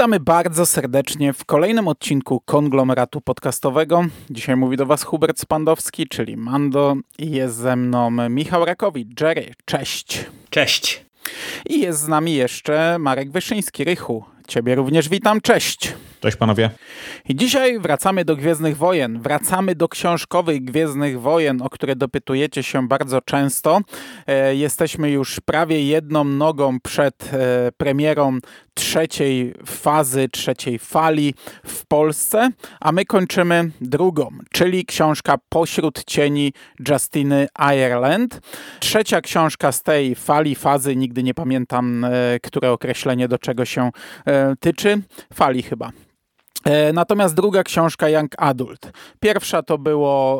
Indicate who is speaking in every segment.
Speaker 1: Witamy bardzo serdecznie w kolejnym odcinku Konglomeratu Podcastowego. Dzisiaj mówi do Was Hubert Spandowski, czyli Mando, i jest ze mną Michał Rakowicz. Jerry, cześć.
Speaker 2: Cześć.
Speaker 1: I jest z nami jeszcze Marek Wyszyński. Rychu, Ciebie również witam, cześć.
Speaker 3: Cześć panowie.
Speaker 1: I dzisiaj wracamy do Gwiezdnych Wojen. Wracamy do książkowych Gwiezdnych Wojen, o które dopytujecie się bardzo często. Jesteśmy już prawie jedną nogą przed premierą trzeciej fazy, trzeciej fali w Polsce, a my kończymy drugą, czyli książka Pośród cieni Justiny Ireland. Trzecia książka z tej fazy, nigdy nie pamiętam, które określenie do czego się tyczy. Fali chyba. Natomiast druga książka Young Adult. Pierwsza to było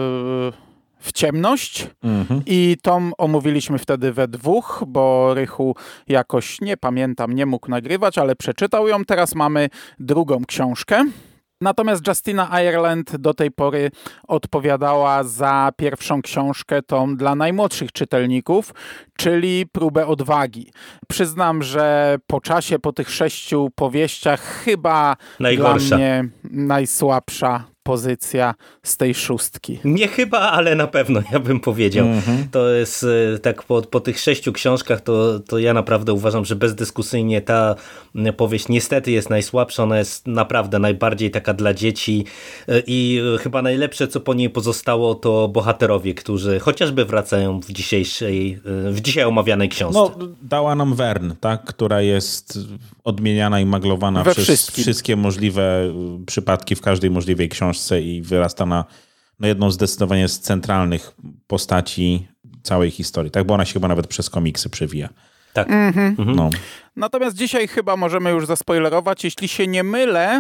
Speaker 1: W ciemność i tą omówiliśmy wtedy we dwóch, bo Rychu jakoś, nie pamiętam, nie mógł nagrywać, ale przeczytał ją. Teraz mamy drugą książkę. Natomiast Justina Ireland do tej pory odpowiadała za pierwszą książkę, tą dla najmłodszych czytelników, czyli Próbę odwagi. Przyznam, że po czasie, po tych 6 powieściach chyba
Speaker 2: najgorsza.
Speaker 1: Dla mnie najsłabsza pozycja z tej 6.
Speaker 2: Nie chyba, ale na pewno, ja bym powiedział. To jest tak po tych 6 książkach, to ja naprawdę uważam, że bezdyskusyjnie ta powieść niestety jest najsłabsza. Ona jest naprawdę najbardziej taka dla dzieci i chyba najlepsze, co po niej pozostało, to bohaterowie, którzy chociażby wracają w dzisiaj omawianej książce.
Speaker 3: No, dała nam Vern, tak, która jest odmieniana i maglowana przez wszystkie możliwe przypadki w każdej możliwej książce i wyrasta na jedną zdecydowanie z centralnych postaci całej historii, tak? Bo ona się chyba nawet przez komiksy przewija.
Speaker 2: Tak.
Speaker 3: No.
Speaker 1: Natomiast dzisiaj chyba możemy już zaspoilerować, jeśli się nie mylę,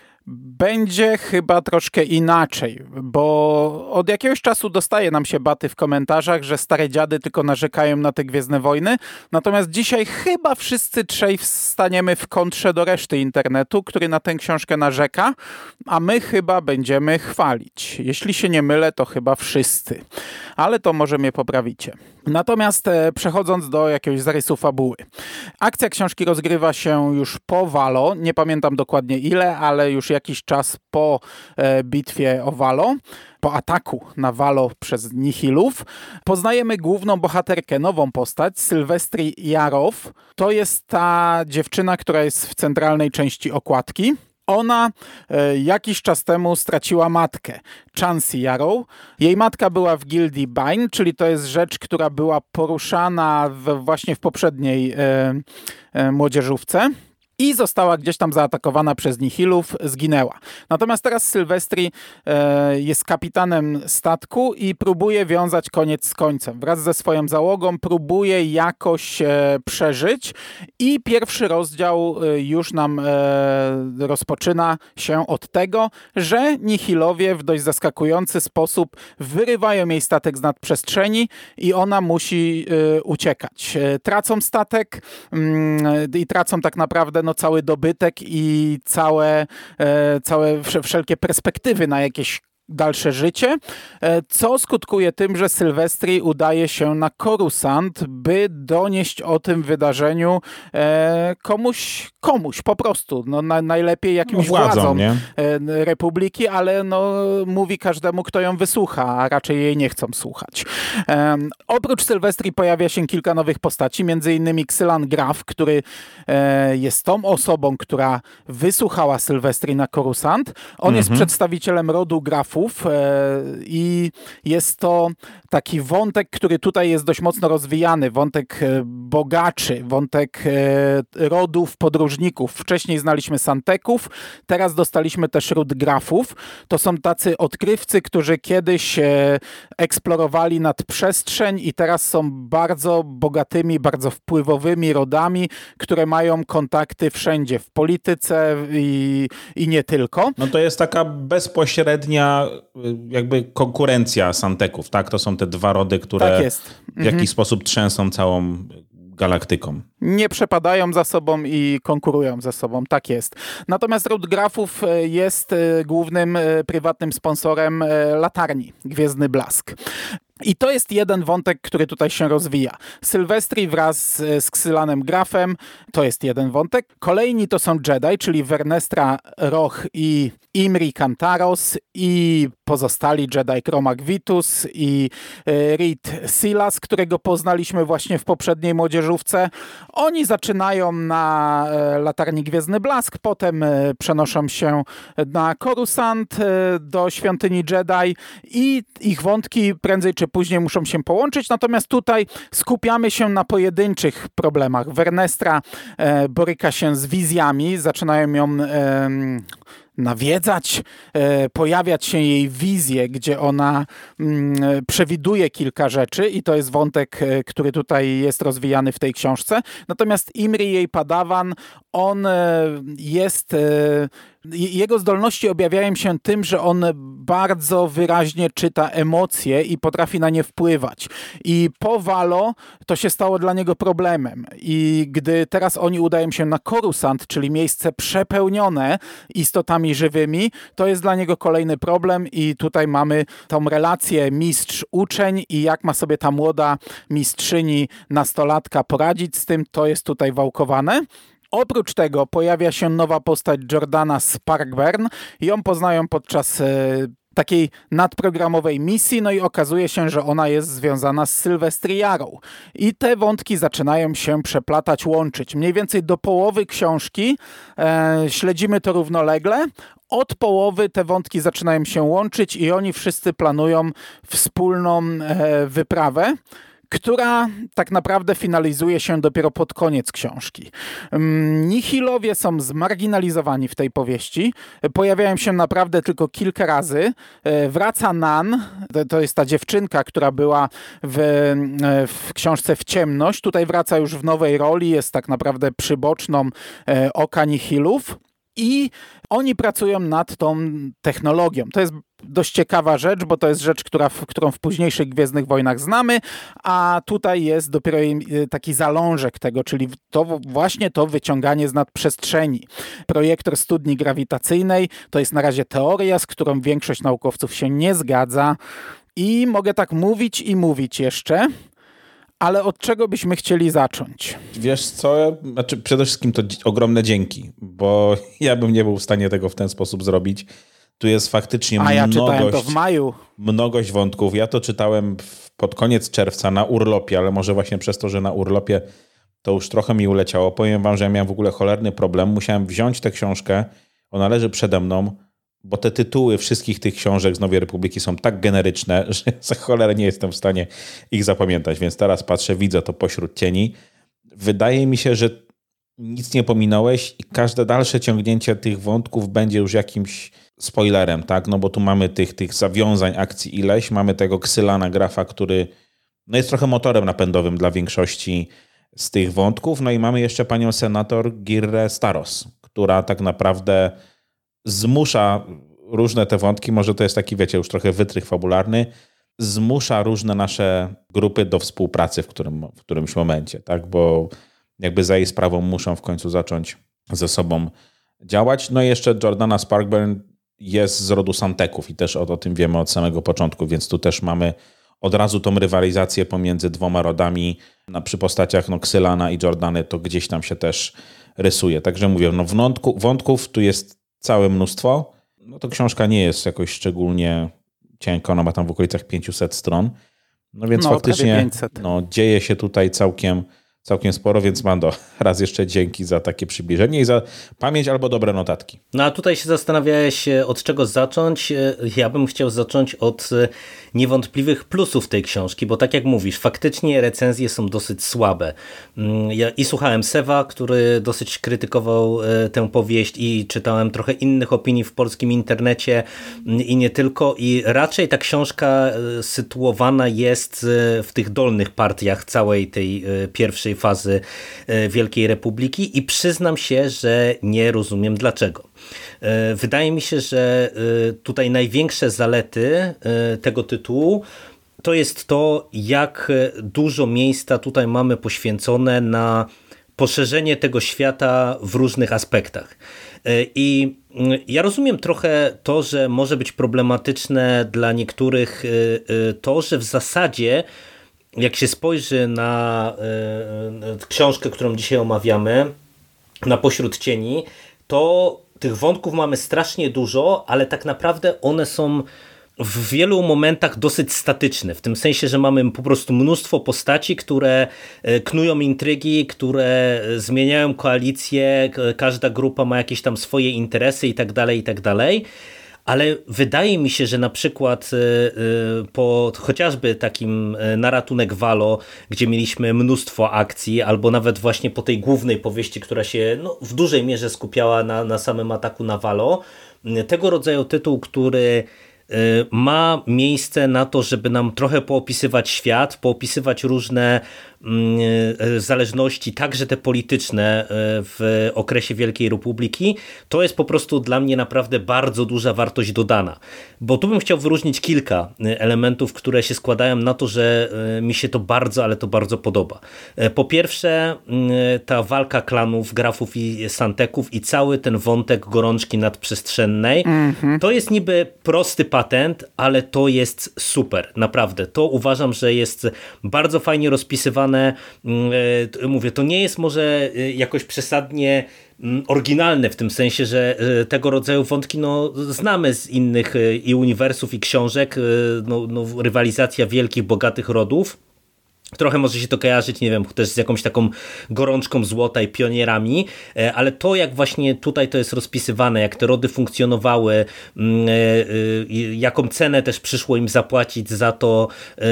Speaker 1: będzie chyba troszkę inaczej, bo od jakiegoś czasu dostaje nam się baty w komentarzach, że stare dziady tylko narzekają na te Gwiezdne Wojny, natomiast dzisiaj chyba wszyscy trzej wstaniemy w kontrze do reszty internetu, który na tę książkę narzeka, a my chyba będziemy chwalić. Jeśli się nie mylę, to chyba wszyscy, ale to może mnie poprawicie. Natomiast przechodząc do jakiegoś zarysu fabuły. Akcja książki rozgrywa się już po Valo, nie pamiętam dokładnie ile, ale już jakiś czas po bitwie o Valo, po ataku na Valo przez Nihilów. Poznajemy główną bohaterkę, nową postać, Sylwestri Yarow. To jest ta dziewczyna, która jest w centralnej części okładki. Ona jakiś czas temu straciła matkę, Chansey Yarow. Jej matka była w gildii Bain, czyli to jest rzecz, która była poruszana właśnie w poprzedniej młodzieżówce. I została gdzieś tam zaatakowana przez Nihilów, zginęła. Natomiast teraz Sylwestri jest kapitanem statku i próbuje wiązać koniec z końcem. Wraz ze swoją załogą próbuje jakoś przeżyć i pierwszy rozdział już nam rozpoczyna się od tego, że Nihilowie w dość zaskakujący sposób wyrywają jej statek z nadprzestrzeni i ona musi uciekać. Tracą statek i tracą tak naprawdę cały dobytek i wszelkie perspektywy na jakieś dalsze życie, co skutkuje tym, że Sylwestri udaje się na Coruscant, by donieść o tym wydarzeniu komuś po prostu. No, najlepiej jakimś władzom Republiki, ale mówi każdemu, kto ją wysłucha, a raczej jej nie chcą słuchać. Oprócz Sylwestri pojawia się kilka nowych postaci, między innymi Xylan Graf, który jest tą osobą, która wysłuchała Sylwestri na Coruscant. On jest przedstawicielem rodu Grafów i jest to taki wątek, który tutaj jest dość mocno rozwijany, wątek bogaczy, wątek rodów podróżników. Wcześniej znaliśmy Santeków, teraz dostaliśmy też ród Grafów. To są tacy odkrywcy, którzy kiedyś eksplorowali nadprzestrzeń i teraz są bardzo bogatymi, bardzo wpływowymi rodami, które mają kontakty wszędzie, w polityce i nie tylko.
Speaker 3: No to jest taka bezpośrednia jakby konkurencja Santeków, tak? To są te dwa rody, które
Speaker 1: tak jest.
Speaker 3: W jakiś sposób trzęsą całą galaktyką.
Speaker 1: Nie przepadają za sobą i konkurują ze sobą, tak jest. Natomiast ród Grafów jest głównym prywatnym sponsorem latarni Gwiezdny Blask. I to jest jeden wątek, który tutaj się rozwija. Sylwestri wraz z Xylanem Grafem, to jest jeden wątek. Kolejni to są Jedi, czyli Vernestra Roch i Imri Kantaros i pozostali Jedi Kromak Vitus i Reed Silas, którego poznaliśmy właśnie w poprzedniej młodzieżówce. Oni zaczynają na latarni Gwiezdny Blask, potem przenoszą się na Coruscant do świątyni Jedi i ich wątki prędzej czy później muszą się połączyć, natomiast tutaj skupiamy się na pojedynczych problemach. Vernestra boryka się z wizjami, zaczynają ją nawiedzać, pojawiać się jej wizje, gdzie ona przewiduje kilka rzeczy i to jest wątek, który tutaj jest rozwijany w tej książce. Natomiast Imri, jej padawan, on jest... Jego zdolności objawiają się tym, że on bardzo wyraźnie czyta emocje i potrafi na nie wpływać. I po Valo to się stało dla niego problemem. I gdy teraz oni udają się na Coruscant, czyli miejsce przepełnione istotami żywymi, to jest dla niego kolejny problem i tutaj mamy tą relację mistrz-uczeń i jak ma sobie ta młoda mistrzyni nastolatka poradzić z tym, to jest tutaj wałkowane. Oprócz tego pojawia się nowa postać Jordana Sparkburn. Ją poznają podczas takiej nadprogramowej misji, no i okazuje się, że ona jest związana z Sylwestriarą. I te wątki zaczynają się przeplatać, łączyć. Mniej więcej do połowy książki śledzimy to równolegle. Od połowy te wątki zaczynają się łączyć i oni wszyscy planują wspólną wyprawę, która tak naprawdę finalizuje się dopiero pod koniec książki. Nihilowie są zmarginalizowani w tej powieści. Pojawiają się naprawdę tylko kilka razy. Wraca Nan, to jest ta dziewczynka, która była w książce W ciemność. Tutaj wraca już w nowej roli, jest tak naprawdę przyboczną oka Nihilów. I oni pracują nad tą technologią. To jest dość ciekawa rzecz, bo to jest rzecz, którą w późniejszych Gwiezdnych Wojnach znamy, a tutaj jest dopiero taki zalążek tego, czyli właśnie to wyciąganie z nadprzestrzeni. Projektor studni grawitacyjnej to jest na razie teoria, z którą większość naukowców się nie zgadza i mogę tak mówić i mówić jeszcze. Ale od czego byśmy chcieli zacząć?
Speaker 3: Wiesz co, znaczy przede wszystkim to ogromne dzięki, bo ja bym nie był w stanie tego w ten sposób zrobić. Tu jest faktycznie
Speaker 1: czytałem to w maju.
Speaker 3: Mnogość wątków. Ja to czytałem pod koniec czerwca na urlopie, ale może właśnie przez to, że na urlopie to już trochę mi uleciało. Powiem wam, że ja miałem w ogóle cholerny problem. Musiałem wziąć tę książkę, ona leży przede mną, bo te tytuły wszystkich tych książek z Nowej Republiki są tak generyczne, że za cholerę nie jestem w stanie ich zapamiętać, więc teraz patrzę, widzę to pośród cieni. Wydaje mi się, że nic nie pominąłeś i każde dalsze ciągnięcie tych wątków będzie już jakimś spoilerem, tak? No bo tu mamy tych zawiązań akcji ileś, mamy tego Xylana Grafa, który no jest trochę motorem napędowym dla większości z tych wątków, no i mamy jeszcze panią senator Girrę Staros, która tak naprawdę zmusza różne te wątki, może to jest taki, wiecie, już trochę wytrych fabularny, zmusza różne nasze grupy do współpracy w którymś momencie, tak? Bo jakby za jej sprawą muszą w końcu zacząć ze sobą działać. No i jeszcze Jordana Sparkburn jest z rodu Santeków i też o tym wiemy od samego początku, więc tu też mamy od razu tą rywalizację pomiędzy dwoma rodami. Przy postaciach Xylana i Jordany to gdzieś tam się też rysuje. Także mówię, no wątków tu jest całe mnóstwo. No to książka nie jest jakoś szczególnie cienka, ona ma tam w okolicach 500 stron. No więc faktycznie dzieje się tutaj całkiem sporo, więc Mando, raz jeszcze dzięki za takie przybliżenie i za pamięć albo dobre notatki.
Speaker 2: No a tutaj się zastanawiałeś, od czego zacząć. Ja bym chciał zacząć od niewątpliwych plusów tej książki, bo tak jak mówisz, faktycznie recenzje są dosyć słabe. Ja i słuchałem Sewa, który dosyć krytykował tę powieść i czytałem trochę innych opinii w polskim internecie i nie tylko. I raczej ta książka sytuowana jest w tych dolnych partiach całej tej pierwszej fazy Wielkiej Republiki i przyznam się, że nie rozumiem dlaczego. Wydaje mi się, że tutaj największe zalety tego tytułu to jest to, jak dużo miejsca tutaj mamy poświęcone na poszerzenie tego świata w różnych aspektach. I ja rozumiem trochę to, że może być problematyczne dla niektórych to, że w zasadzie jak się spojrzy na książkę, którą dzisiaj omawiamy, na Pośród cieni, to tych wątków mamy strasznie dużo, ale tak naprawdę one są w wielu momentach dosyć statyczne, w tym sensie, że mamy po prostu mnóstwo postaci, które knują intrygi, które zmieniają koalicje, każda grupa ma jakieś tam swoje interesy i tak dalej, ale wydaje mi się, że na przykład po chociażby takim Na ratunek Valo, gdzie mieliśmy mnóstwo akcji, albo nawet właśnie po tej głównej powieści, która się w dużej mierze skupiała na samym ataku na Valo, tego rodzaju tytuł, który ma miejsce na to, żeby nam trochę poopisywać świat, poopisywać różne zależności, także te polityczne w okresie Wielkiej Republiki, to jest po prostu dla mnie naprawdę bardzo duża wartość dodana. Bo tu bym chciał wyróżnić kilka elementów, które się składają na to, że mi się to bardzo, ale to bardzo podoba. Po pierwsze, ta walka klanów, grafów i santeków i cały ten wątek gorączki nadprzestrzennej, to jest niby prosty patent, ale to jest super, naprawdę. To uważam, że jest bardzo fajnie rozpisywane. Mówię, to nie jest może jakoś przesadnie oryginalne w tym sensie, że tego rodzaju wątki znamy z innych i uniwersów i książek, rywalizacja wielkich, bogatych rodów. Trochę może się to kojarzyć, nie wiem, też z jakąś taką gorączką złota i pionierami, ale to jak właśnie tutaj to jest rozpisywane, jak te rody funkcjonowały, jaką cenę też przyszło im zapłacić za to,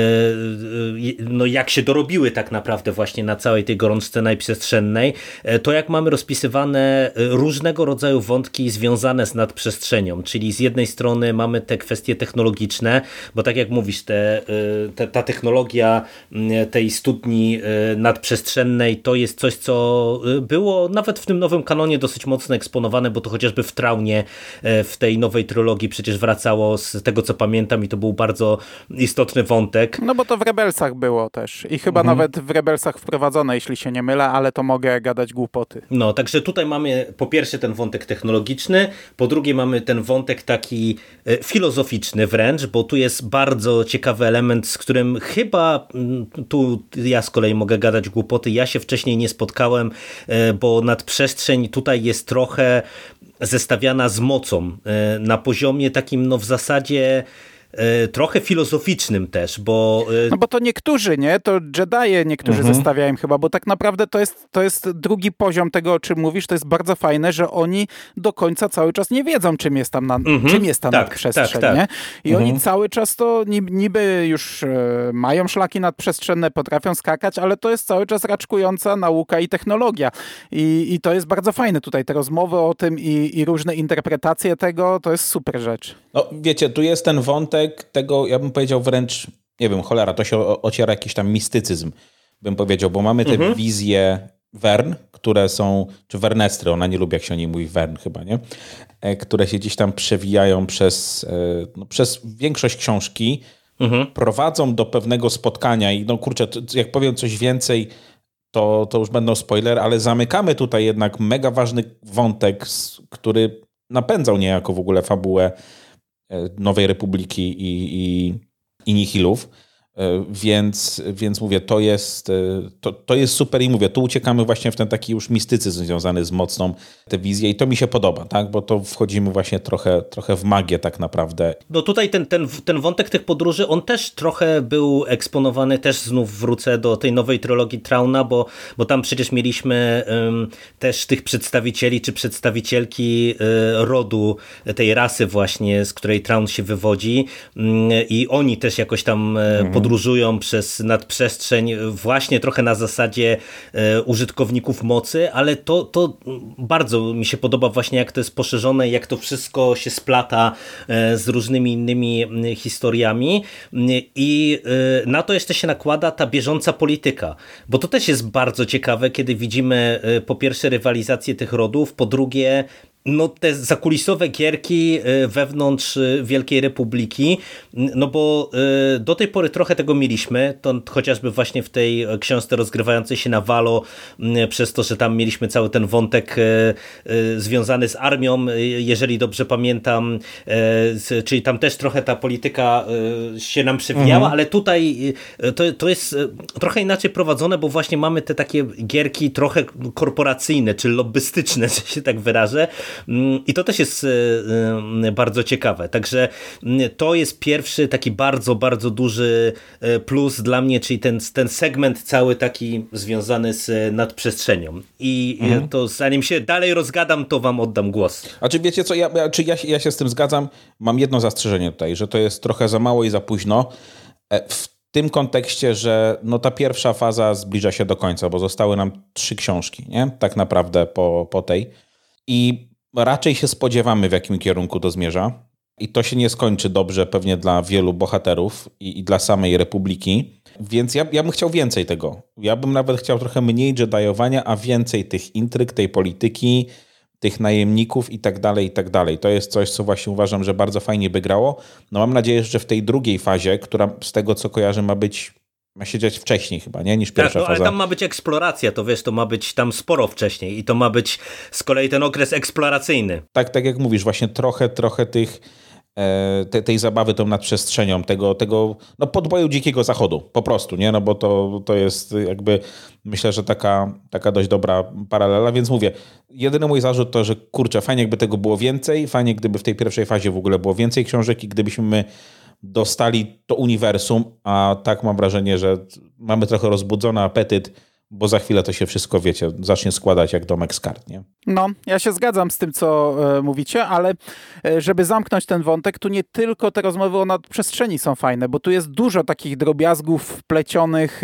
Speaker 2: jak się dorobiły tak naprawdę właśnie na całej tej gorączce najprzestrzennej, to jak mamy rozpisywane różnego rodzaju wątki związane z nadprzestrzenią, czyli z jednej strony mamy te kwestie technologiczne, bo tak jak mówisz, ta technologia tej studni nadprzestrzennej to jest coś, co było nawet w tym nowym kanonie dosyć mocno eksponowane, bo to chociażby w Traunie w tej nowej trylogii przecież wracało z tego, co pamiętam i to był bardzo istotny wątek.
Speaker 1: No bo to w Rebelsach było też i chyba nawet w Rebelsach wprowadzone, jeśli się nie mylę, ale to mogę gadać głupoty.
Speaker 2: No, także tutaj mamy po pierwsze ten wątek technologiczny, po drugie mamy ten wątek taki filozoficzny wręcz, bo tu jest bardzo ciekawy element, z którym chyba tu ja z kolei mogę gadać głupoty. Ja się wcześniej nie spotkałem, bo nadprzestrzeń tutaj jest trochę zestawiana z mocą na poziomie takim w zasadzie trochę filozoficznym też, bo...
Speaker 1: No bo to niektórzy, nie? To Jedi niektórzy zestawiają chyba, bo tak naprawdę to jest drugi poziom tego, o czym mówisz. To jest bardzo fajne, że oni do końca cały czas nie wiedzą, czym jest tam czym jest ta nadprzestrzeń, nie? I oni cały czas to niby już mają szlaki nadprzestrzenne, potrafią skakać, ale to jest cały czas raczkująca nauka i technologia. I to jest bardzo fajne tutaj. Te rozmowy o tym i różne interpretacje tego, to jest super rzecz.
Speaker 3: No wiecie, tu jest ten wątek tego, ja bym powiedział wręcz, nie wiem, cholera, to się ociera jakiś tam mistycyzm, bym powiedział, bo mamy te wizje Vern, które są, czy Vernestry, ona nie lubi, jak się o niej mówi, Vern chyba, nie? Które się gdzieś tam przewijają przez większość książki, prowadzą do pewnego spotkania i kurczę, jak powiem coś więcej, to już będą spoiler, ale zamykamy tutaj jednak mega ważny wątek, który napędzał niejako w ogóle fabułę Nowej Republiki i Nihilów. Więc mówię, to jest super i mówię, tu uciekamy właśnie w ten taki już mistycyzm związany z mocną tę wizję i to mi się podoba, tak? Bo to wchodzimy właśnie trochę w magię tak naprawdę.
Speaker 2: No tutaj ten wątek tych podróży, on też trochę był eksponowany, też znów wrócę do tej nowej trylogii Trauna, bo tam przecież mieliśmy też tych przedstawicieli czy przedstawicielki rodu, tej rasy właśnie, z której Traun się wywodzi i oni też jakoś tam podróżują przez nadprzestrzeń właśnie trochę na zasadzie użytkowników mocy, ale to bardzo mi się podoba właśnie, jak to jest poszerzone, jak to wszystko się splata z różnymi innymi historiami i na to jeszcze się nakłada ta bieżąca polityka, bo to też jest bardzo ciekawe, kiedy widzimy po pierwsze rywalizację tych rodów, po drugie No te zakulisowe gierki wewnątrz Wielkiej Republiki, no bo do tej pory trochę tego mieliśmy, to chociażby właśnie w tej książce rozgrywającej się na Valo, przez to, że tam mieliśmy cały ten wątek związany z armią, jeżeli dobrze pamiętam, czyli tam też trochę ta polityka się nam przewijała, ale tutaj to jest trochę inaczej prowadzone, bo właśnie mamy te takie gierki trochę korporacyjne, czy lobbystyczne, że się tak wyrażę, i to też jest bardzo ciekawe. Także to jest pierwszy taki bardzo, bardzo duży plus dla mnie, czyli ten segment cały taki związany z nadprzestrzenią. I to zanim się dalej rozgadam, to wam oddam głos.
Speaker 3: A czy wiecie co, ja się z tym zgadzam. Mam jedno zastrzeżenie tutaj, że to jest trochę za mało i za późno. W tym kontekście, że no ta pierwsza faza zbliża się do końca, bo zostały nam 3 książki, nie? Tak naprawdę po tej. I raczej się spodziewamy, w jakim kierunku to zmierza. I to się nie skończy dobrze pewnie dla wielu bohaterów i dla samej Republiki. Więc ja bym chciał więcej tego. Ja bym nawet chciał trochę mniej Jediowania, a więcej tych intryg, tej polityki, tych najemników i tak dalej, i tak dalej. To jest coś, co właśnie uważam, że bardzo fajnie by grało. No mam nadzieję, że w tej drugiej fazie, która z tego, co kojarzę, ma się dziać wcześniej chyba, nie? Niż pierwsza faza.
Speaker 2: Ale tam ma być eksploracja, to wiesz, to ma być tam sporo wcześniej i to ma być z kolei ten okres eksploracyjny.
Speaker 3: Tak jak mówisz, właśnie trochę tych tej zabawy tą nadprzestrzenią, tego podboju Dzikiego Zachodu, po prostu, nie? No bo to jest jakby, myślę, że taka dość dobra paralela, więc mówię, jedyny mój zarzut to, że kurczę, fajnie jakby tego było więcej, fajnie gdyby w tej pierwszej fazie w ogóle było więcej książek i gdybyśmy my dostali to uniwersum, a tak mam wrażenie, że mamy trochę rozbudzony apetyt, bo za chwilę to się wszystko, wiecie, zacznie składać jak domek z kart, nie?
Speaker 1: No, ja się zgadzam z tym, co mówicie, ale żeby zamknąć ten wątek, tu nie tylko te rozmowy o nadprzestrzeni są fajne, bo tu jest dużo takich drobiazgów wplecionych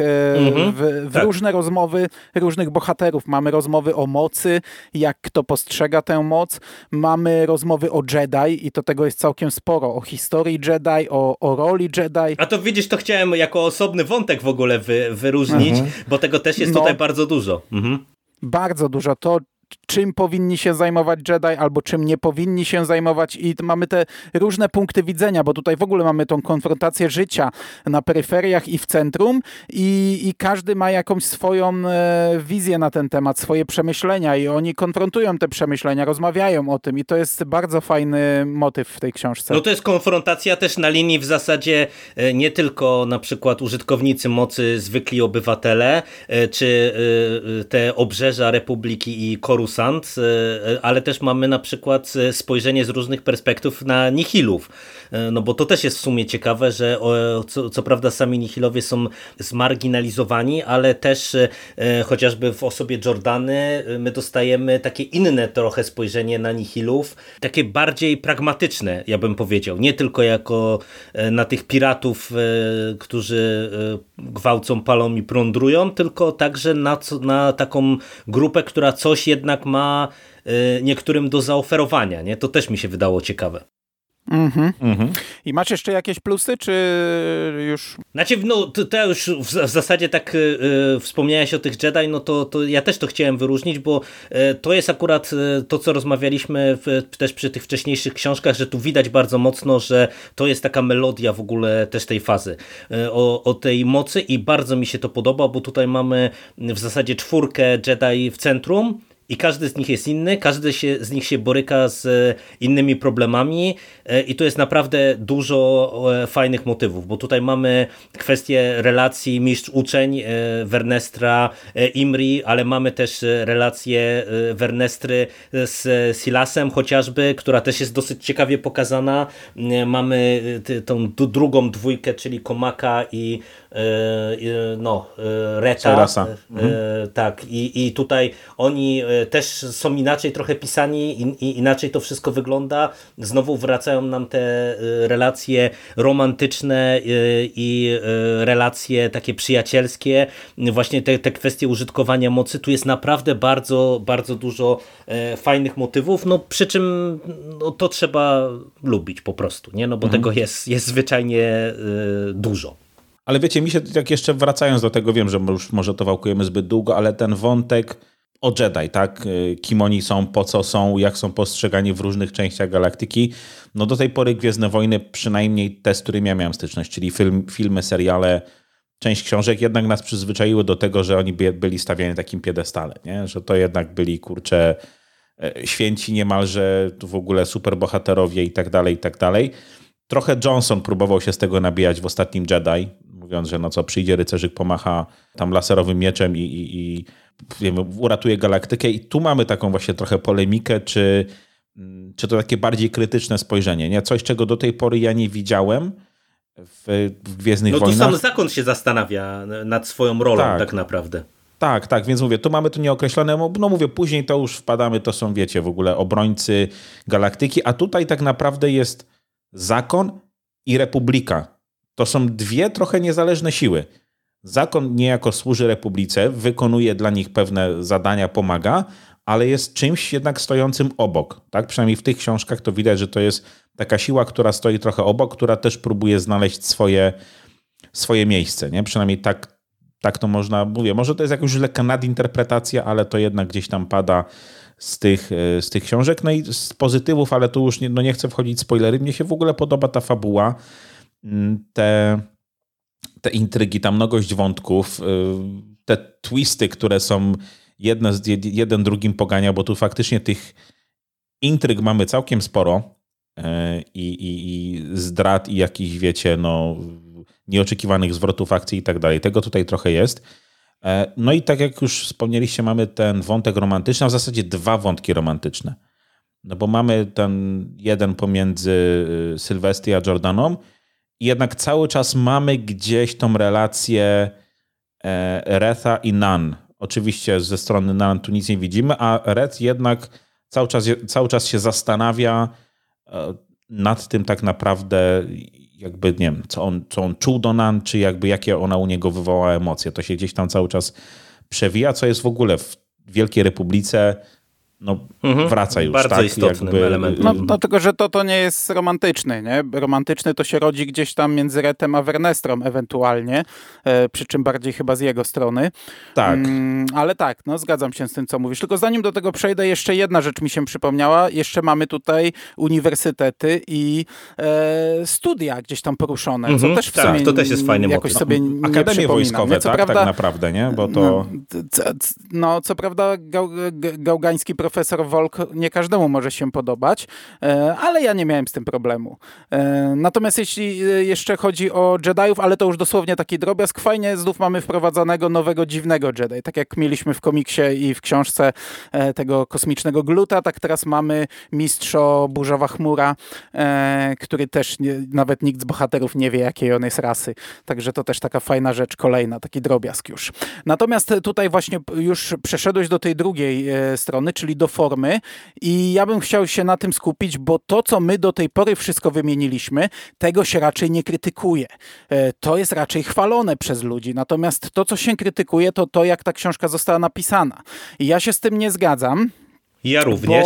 Speaker 1: w różne rozmowy różnych bohaterów. Mamy rozmowy o mocy, jak kto postrzega tę moc. Mamy rozmowy o Jedi i to tego jest całkiem sporo. O historii Jedi, o roli Jedi.
Speaker 2: A to widzisz, to chciałem jako osobny wątek w ogóle wyróżnić, bo tego też jest tutaj bardzo dużo.
Speaker 1: Bardzo dużo. To, czym powinni się zajmować Jedi, albo czym nie powinni się zajmować i mamy te różne punkty widzenia, bo tutaj w ogóle mamy tą konfrontację życia na peryferiach i w centrum i każdy ma jakąś swoją wizję na ten temat, swoje przemyślenia i oni konfrontują te przemyślenia, rozmawiają o tym i to jest bardzo fajny motyw w tej książce.
Speaker 2: No to jest konfrontacja też na linii w zasadzie nie tylko na przykład użytkownicy mocy, zwykli obywatele, czy te obrzeża Republiki i Coruscant, ale też mamy na przykład spojrzenie z różnych perspektyw na nihilów. No bo to też jest w sumie ciekawe, że co prawda sami nihilowie są zmarginalizowani, ale też chociażby w osobie Jordany my dostajemy takie inne trochę spojrzenie na nihilów, takie bardziej pragmatyczne, ja bym powiedział. Nie tylko jako na tych piratów, którzy gwałcą, palą i plądrują, tylko także na taką grupę, która coś jednak ma niektórym do zaoferowania. Nie? To też mi się wydało ciekawe.
Speaker 1: I masz jeszcze jakieś plusy, czy już...
Speaker 2: Znaczy, no to już w zasadzie tak wspomniałeś o tych Jedi, no to ja też to chciałem wyróżnić, bo to jest akurat to, co rozmawialiśmy też przy tych wcześniejszych książkach, że tu widać bardzo mocno, że to jest taka melodia w ogóle też tej fazy, o tej mocy i bardzo mi się to podoba, bo tutaj mamy w zasadzie 4 Jedi w centrum, i każdy z nich jest inny, każdy z nich się boryka z innymi problemami i tu jest naprawdę dużo fajnych motywów, bo tutaj mamy kwestię relacji mistrz-uczeń Vernestra, Imri, ale mamy też relację Vernestry z Silasem chociażby, która też jest dosyć ciekawie pokazana. Mamy tą drugą dwójkę, czyli Komaka i Reta. Tak, i tutaj oni też są inaczej trochę pisani i inaczej to wszystko wygląda. Znowu wracają nam te relacje romantyczne i relacje takie przyjacielskie. Właśnie te kwestie użytkowania mocy. Tu jest naprawdę bardzo, bardzo dużo fajnych motywów, no przy czym to trzeba lubić po prostu, nie? No bo tego jest zwyczajnie dużo.
Speaker 3: Ale wiecie, mi się, jak jeszcze wracając do tego, wiem, że już może to wałkujemy zbyt długo, ale ten wątek o Jedi, tak? Kim oni są, po co są, jak są postrzegani w różnych częściach galaktyki. No do tej pory Gwiezdne Wojny, przynajmniej te, z którymi ja miałem styczność, czyli filmy, seriale, część książek, jednak nas przyzwyczaiły do tego, że oni byli stawiani na takim piedestale, nie? Że to jednak byli, kurczę, święci niemalże, tu w ogóle superbohaterowie i tak dalej, i tak dalej. Trochę Johnson próbował się z tego nabijać w ostatnim Jedi, mówiąc, że no co, przyjdzie rycerzyk, pomacha tam laserowym mieczem i uratuje galaktykę. I tu mamy taką właśnie trochę polemikę, czy to takie bardziej krytyczne spojrzenie, nie? Coś, czego do tej pory ja nie widziałem w Gwiezdnych Wojnach.
Speaker 2: No tu sam zakon się zastanawia nad swoją rolą tak naprawdę.
Speaker 3: Tak, więc mówię, tu mamy to nieokreślone, no mówię, później to już wpadamy, to są, wiecie, w ogóle obrońcy galaktyki, a tutaj tak naprawdę jest zakon i republika. To są dwie trochę niezależne siły. Zakon niejako służy republice, wykonuje dla nich pewne zadania, pomaga, ale jest czymś jednak stojącym obok. Tak? Przynajmniej w tych książkach to widać, że to jest taka siła, która stoi trochę obok, która też próbuje znaleźć swoje miejsce. Nie? Przynajmniej tak to można, mówię, może to jest jakaś lekka nadinterpretacja, ale to jednak gdzieś tam pada z tych książek. No i z pozytywów, ale tu już nie chcę wchodzić w spoilery, mnie się w ogóle podoba ta fabuła, te intrygi, ta mnogość wątków, te twisty, które są jeden drugim pogania, bo tu faktycznie tych intryg mamy całkiem sporo i zdrad i jakichś, wiecie, no nieoczekiwanych zwrotów akcji i tak dalej. Tego tutaj trochę jest. No i tak jak już wspomnieliście, mamy ten wątek romantyczny, a w zasadzie dwa wątki romantyczne. No bo mamy ten jeden pomiędzy Sylwestri a Jordaną i jednak cały czas mamy gdzieś tą relację Retha i Nan. Oczywiście ze strony Nan tu nic nie widzimy, a Reth jednak cały czas się zastanawia nad tym tak naprawdę, jakby nie wiem, co on czuł do Nan, czy jakby jakie ona u niego wywołała emocje. To się gdzieś tam cały czas przewija, co jest w ogóle w Wielkiej Republice, no wraca już.
Speaker 2: Bardzo
Speaker 3: tak?
Speaker 2: istotnym elementem.
Speaker 1: No tylko, że to nie jest romantyczny, nie? Romantyczny to się rodzi gdzieś tam między Rethem a Vernestrą ewentualnie, przy czym bardziej chyba z jego strony.
Speaker 3: Tak.
Speaker 1: Ale tak, no zgadzam się z tym, co mówisz. Tylko zanim do tego przejdę, jeszcze jedna rzecz mi się przypomniała. Jeszcze mamy tutaj uniwersytety i studia gdzieś tam poruszone, co też w sumie
Speaker 2: to też jest fajny
Speaker 1: jakoś
Speaker 2: motyw.
Speaker 1: sobie nie
Speaker 3: Akademie wojskowe,
Speaker 1: co
Speaker 3: tak?
Speaker 1: prawda,
Speaker 3: tak naprawdę, nie? Bo to...
Speaker 1: No, co prawda gałgański profesor Volk nie każdemu może się podobać, ale ja nie miałem z tym problemu. Natomiast jeśli jeszcze chodzi o Jediów, ale to już dosłownie taki drobiazg, fajnie znów mamy wprowadzonego nowego dziwnego Jedi. Tak jak mieliśmy w komiksie i w książce tego kosmicznego Gluta, tak teraz mamy mistrzo Burzowa Chmura, który też nawet nikt z bohaterów nie wie, jakiej on jest rasy. Także to też taka fajna rzecz kolejna, taki drobiazg już. Natomiast tutaj właśnie już przeszedłeś do tej drugiej strony, czyli do formy i ja bym chciał się na tym skupić, bo to, co my do tej pory wszystko wymieniliśmy, tego się raczej nie krytykuje. To jest raczej chwalone przez ludzi. Natomiast to, co się krytykuje, to jak ta książka została napisana. I ja się z tym nie zgadzam.
Speaker 2: Ja również.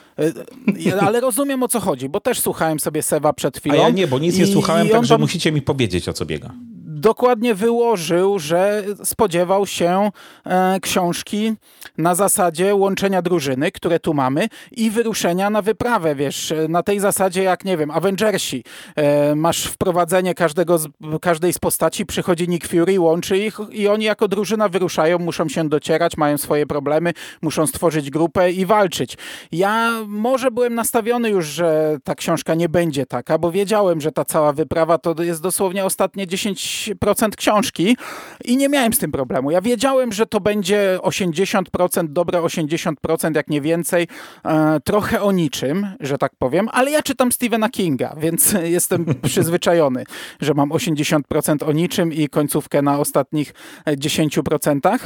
Speaker 1: Ale rozumiem, o co chodzi, bo też słuchałem sobie Sewa przed chwilą.
Speaker 3: A ja nie, bo nic nie słuchałem, także musicie mi powiedzieć, o co biega.
Speaker 1: Dokładnie wyłożył, że spodziewał się książki na zasadzie łączenia drużyny, które tu mamy, i wyruszenia na wyprawę, wiesz, na tej zasadzie jak, nie wiem, Avengersi. Masz wprowadzenie każdej z postaci, przychodzi Nick Fury, łączy ich i oni jako drużyna wyruszają, muszą się docierać, mają swoje problemy, muszą stworzyć grupę i walczyć. Ja może byłem nastawiony już, że ta książka nie będzie taka, bo wiedziałem, że ta cała wyprawa to jest dosłownie ostatnie 10% książki i nie miałem z tym problemu. Ja wiedziałem, że to będzie 80%, dobre 80%, jak nie więcej, trochę o niczym, że tak powiem, ale ja czytam Stephena Kinga, więc jestem przyzwyczajony, że mam 80% o niczym i końcówkę na ostatnich 10%.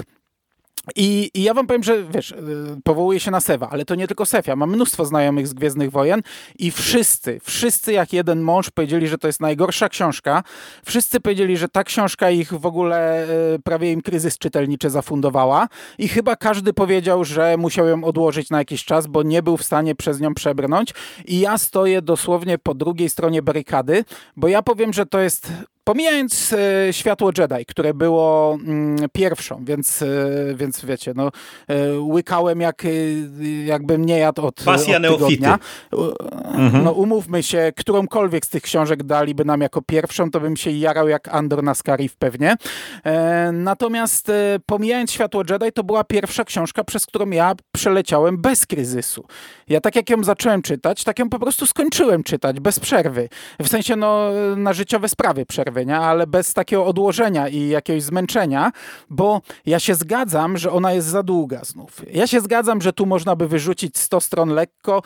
Speaker 1: I ja wam powiem, że wiesz, powołuję się na Sewa, ale to nie tylko Sew. Ja mam mnóstwo znajomych z Gwiezdnych Wojen i wszyscy jak jeden mąż powiedzieli, że to jest najgorsza książka. Wszyscy powiedzieli, że ta książka ich w ogóle prawie im kryzys czytelniczy zafundowała i chyba każdy powiedział, że musiał ją odłożyć na jakiś czas, bo nie był w stanie przez nią przebrnąć i ja stoję dosłownie po drugiej stronie barykady, bo ja powiem, że to jest Pomijając Światło Jedi, które było pierwszą, więc wiecie, no łykałem jakbym nie jadł od tygodnia. No umówmy się, którąkolwiek z tych książek daliby nam jako pierwszą, to bym się jarał jak Andor na Scarif pewnie. Natomiast pomijając Światło Jedi, to była pierwsza książka, przez którą ja przeleciałem bez kryzysu. Ja tak jak ją zacząłem czytać, tak ją po prostu skończyłem czytać, bez przerwy. W sensie no na życiowe sprawy przerwy, nie? Ale bez takiego odłożenia i jakiegoś zmęczenia, bo ja się zgadzam, że ona jest za długa znów. Ja się zgadzam, że tu można by wyrzucić 100 stron lekko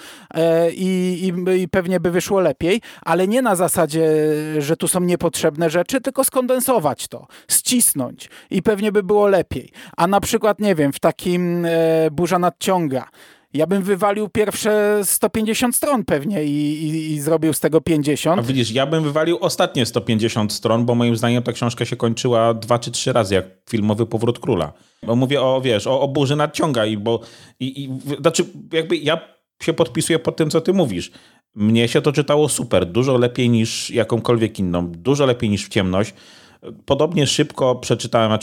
Speaker 1: i pewnie by wyszło lepiej, ale nie na zasadzie, że tu są niepotrzebne rzeczy, tylko skondensować to, ścisnąć i pewnie by było lepiej. A na przykład, nie wiem, w takim Burza nadciąga, ja bym wywalił pierwsze 150 stron pewnie i zrobił z tego 50.
Speaker 3: A widzisz, ja bym wywalił ostatnie 150 stron, bo moim zdaniem ta książka się kończyła 2 czy 3 razy, jak filmowy Powrót Króla. Bo mówię o Burzy nadciąga znaczy jakby ja się podpisuję pod tym, co ty mówisz. Mnie się to czytało super, dużo lepiej niż jakąkolwiek inną, dużo lepiej niż W ciemność. Podobnie szybko przeczytałem,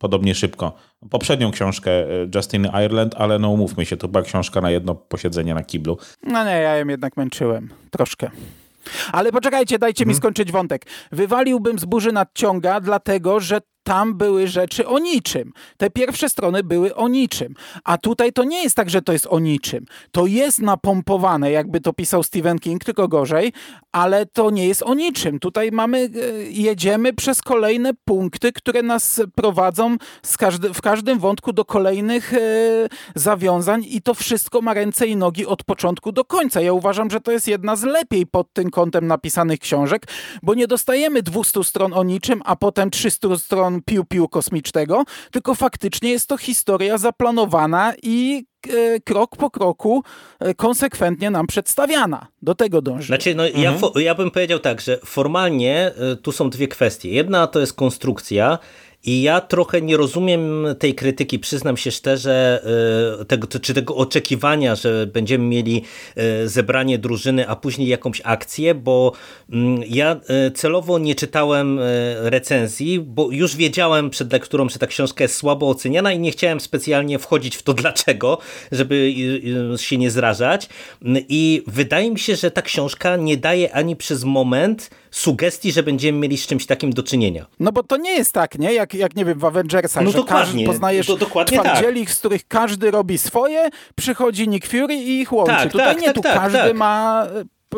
Speaker 3: poprzednią książkę Justiny Ireland, ale no umówmy się, to była książka na jedno posiedzenie na kiblu.
Speaker 1: No nie, ja ją jednak męczyłem troszkę. Ale poczekajcie, dajcie mi skończyć wątek. Wywaliłbym z Burzy nadciąga, dlatego że tam były rzeczy o niczym. Te pierwsze strony były o niczym. A tutaj to nie jest tak, że to jest o niczym. To jest napompowane, jakby to pisał Stephen King, tylko gorzej, ale to nie jest o niczym. Tutaj jedziemy przez kolejne punkty, które nas prowadzą w każdym wątku do kolejnych zawiązań i to wszystko ma ręce i nogi od początku do końca. Ja uważam, że to jest jedna z lepiej pod tym kątem napisanych książek, bo nie dostajemy 200 stron o niczym, a potem 300 stron piu-piu kosmicznego, tylko faktycznie jest to historia zaplanowana i krok po kroku konsekwentnie nam przedstawiana. Do tego dąży.
Speaker 2: Znaczy, no, ja bym powiedział tak, że formalnie tu są dwie kwestie. Jedna to jest konstrukcja i ja trochę nie rozumiem tej krytyki, przyznam się szczerze, tego oczekiwania, że będziemy mieli zebranie drużyny, a później jakąś akcję, bo ja celowo nie czytałem recenzji, bo już wiedziałem przed lekturą, że ta książka jest słabo oceniana i nie chciałem specjalnie wchodzić w to dlaczego, żeby się nie zrażać. I wydaje mi się, że ta książka nie daje ani przez moment sugestii, że będziemy mieli z czymś takim do czynienia.
Speaker 1: No bo to nie jest tak, nie? Jak nie wiem, w Avengersach,
Speaker 2: no
Speaker 1: że każdy poznajesz twardzieli,
Speaker 2: tak,
Speaker 1: z których każdy robi swoje, przychodzi Nick Fury i ich łączy.
Speaker 2: Tak,
Speaker 1: tutaj
Speaker 2: tak,
Speaker 1: tu
Speaker 2: tak,
Speaker 1: każdy
Speaker 2: tak.
Speaker 1: ma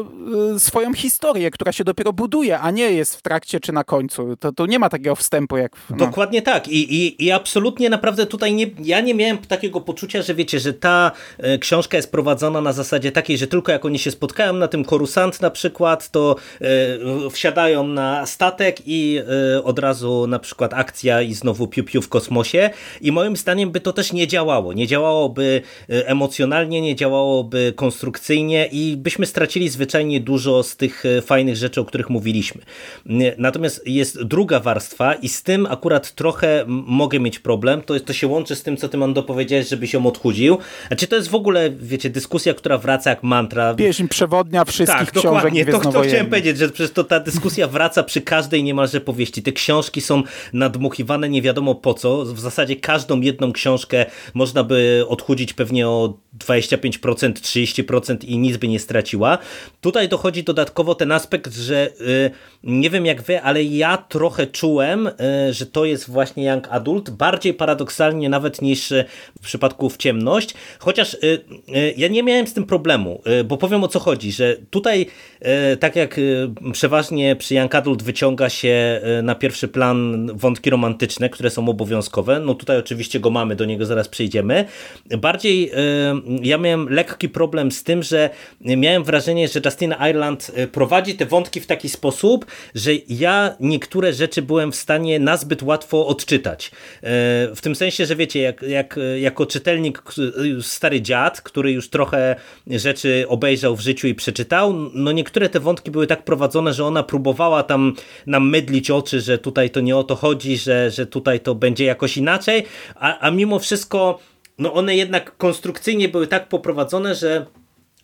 Speaker 1: swoją historię, która się dopiero buduje, a nie jest w trakcie czy na końcu. To nie ma takiego wstępu jak...
Speaker 2: Dokładnie tak. I absolutnie naprawdę tutaj ja nie miałem takiego poczucia, że wiecie, że ta książka jest prowadzona na zasadzie takiej, że tylko jak oni się spotkają na tym Coruscant na przykład, to wsiadają na statek i od razu na przykład akcja i znowu piu-piu w kosmosie. I moim zdaniem by to też nie działało. Nie działałoby emocjonalnie, nie działałoby konstrukcyjnie i byśmy stracili zwyczajnie dużo z tych fajnych rzeczy, o których mówiliśmy. Natomiast jest druga warstwa i z tym akurat trochę mogę mieć problem. To się łączy z tym, co ty, Mando, powiedziałeś, żebyś ją odchudził. Znaczy to jest w ogóle, wiecie, dyskusja, która wraca jak mantra.
Speaker 1: Pieśń przewodnia wszystkich książek
Speaker 2: dokładnie. To chciałem powiedzieć, że przecież ta dyskusja wraca przy każdej niemalże powieści. Te książki są nadmuchiwane nie wiadomo po co. W zasadzie każdą jedną książkę można by odchudzić pewnie o 25%, 30% i nic by nie straciła. Tutaj dochodzi dodatkowo ten aspekt, że nie wiem jak wy, ale ja trochę czułem, że to jest właśnie young adult, bardziej paradoksalnie nawet niż w przypadku W ciemność, chociaż ja nie miałem z tym problemu, bo powiem o co chodzi, że tutaj tak jak przeważnie przy young adult wyciąga się na pierwszy plan wątki romantyczne, które są obowiązkowe, no tutaj oczywiście go mamy, do niego zaraz przejdziemy. Bardziej ja miałem lekki problem z tym, że miałem wrażenie, że Justina Ireland prowadzi te wątki w taki sposób, że ja niektóre rzeczy byłem w stanie nazbyt łatwo odczytać. W tym sensie, że wiecie, jako czytelnik, stary dziad, który już trochę rzeczy obejrzał w życiu i przeczytał, no niektóre te wątki były tak prowadzone, że ona próbowała tam nam mydlić oczy, że tutaj to nie o to chodzi, że tutaj to będzie jakoś inaczej, a mimo wszystko no one jednak konstrukcyjnie były tak poprowadzone, że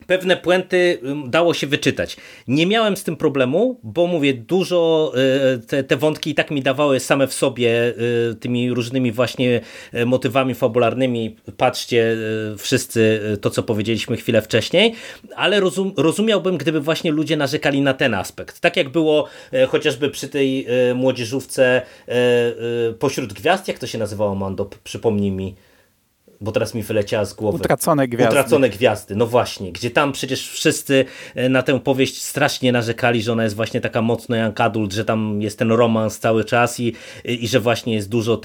Speaker 2: pewne puenty dało się wyczytać. Nie miałem z tym problemu, bo mówię, dużo te wątki i tak mi dawały same w sobie tymi różnymi właśnie motywami fabularnymi. Patrzcie wszyscy to, co powiedzieliśmy chwilę wcześniej, ale rozumiałbym, gdyby właśnie ludzie narzekali na ten aspekt. Tak jak było chociażby przy tej młodzieżówce Pośród Gwiazd, jak to się nazywało, Mando? Przypomnij mi. Bo teraz mi wyleciała z głowy. Utracone gwiazdy, no właśnie, gdzie tam przecież wszyscy na tę powieść strasznie narzekali, że ona jest właśnie taka mocno young adult, że tam jest ten romans cały czas i że właśnie jest dużo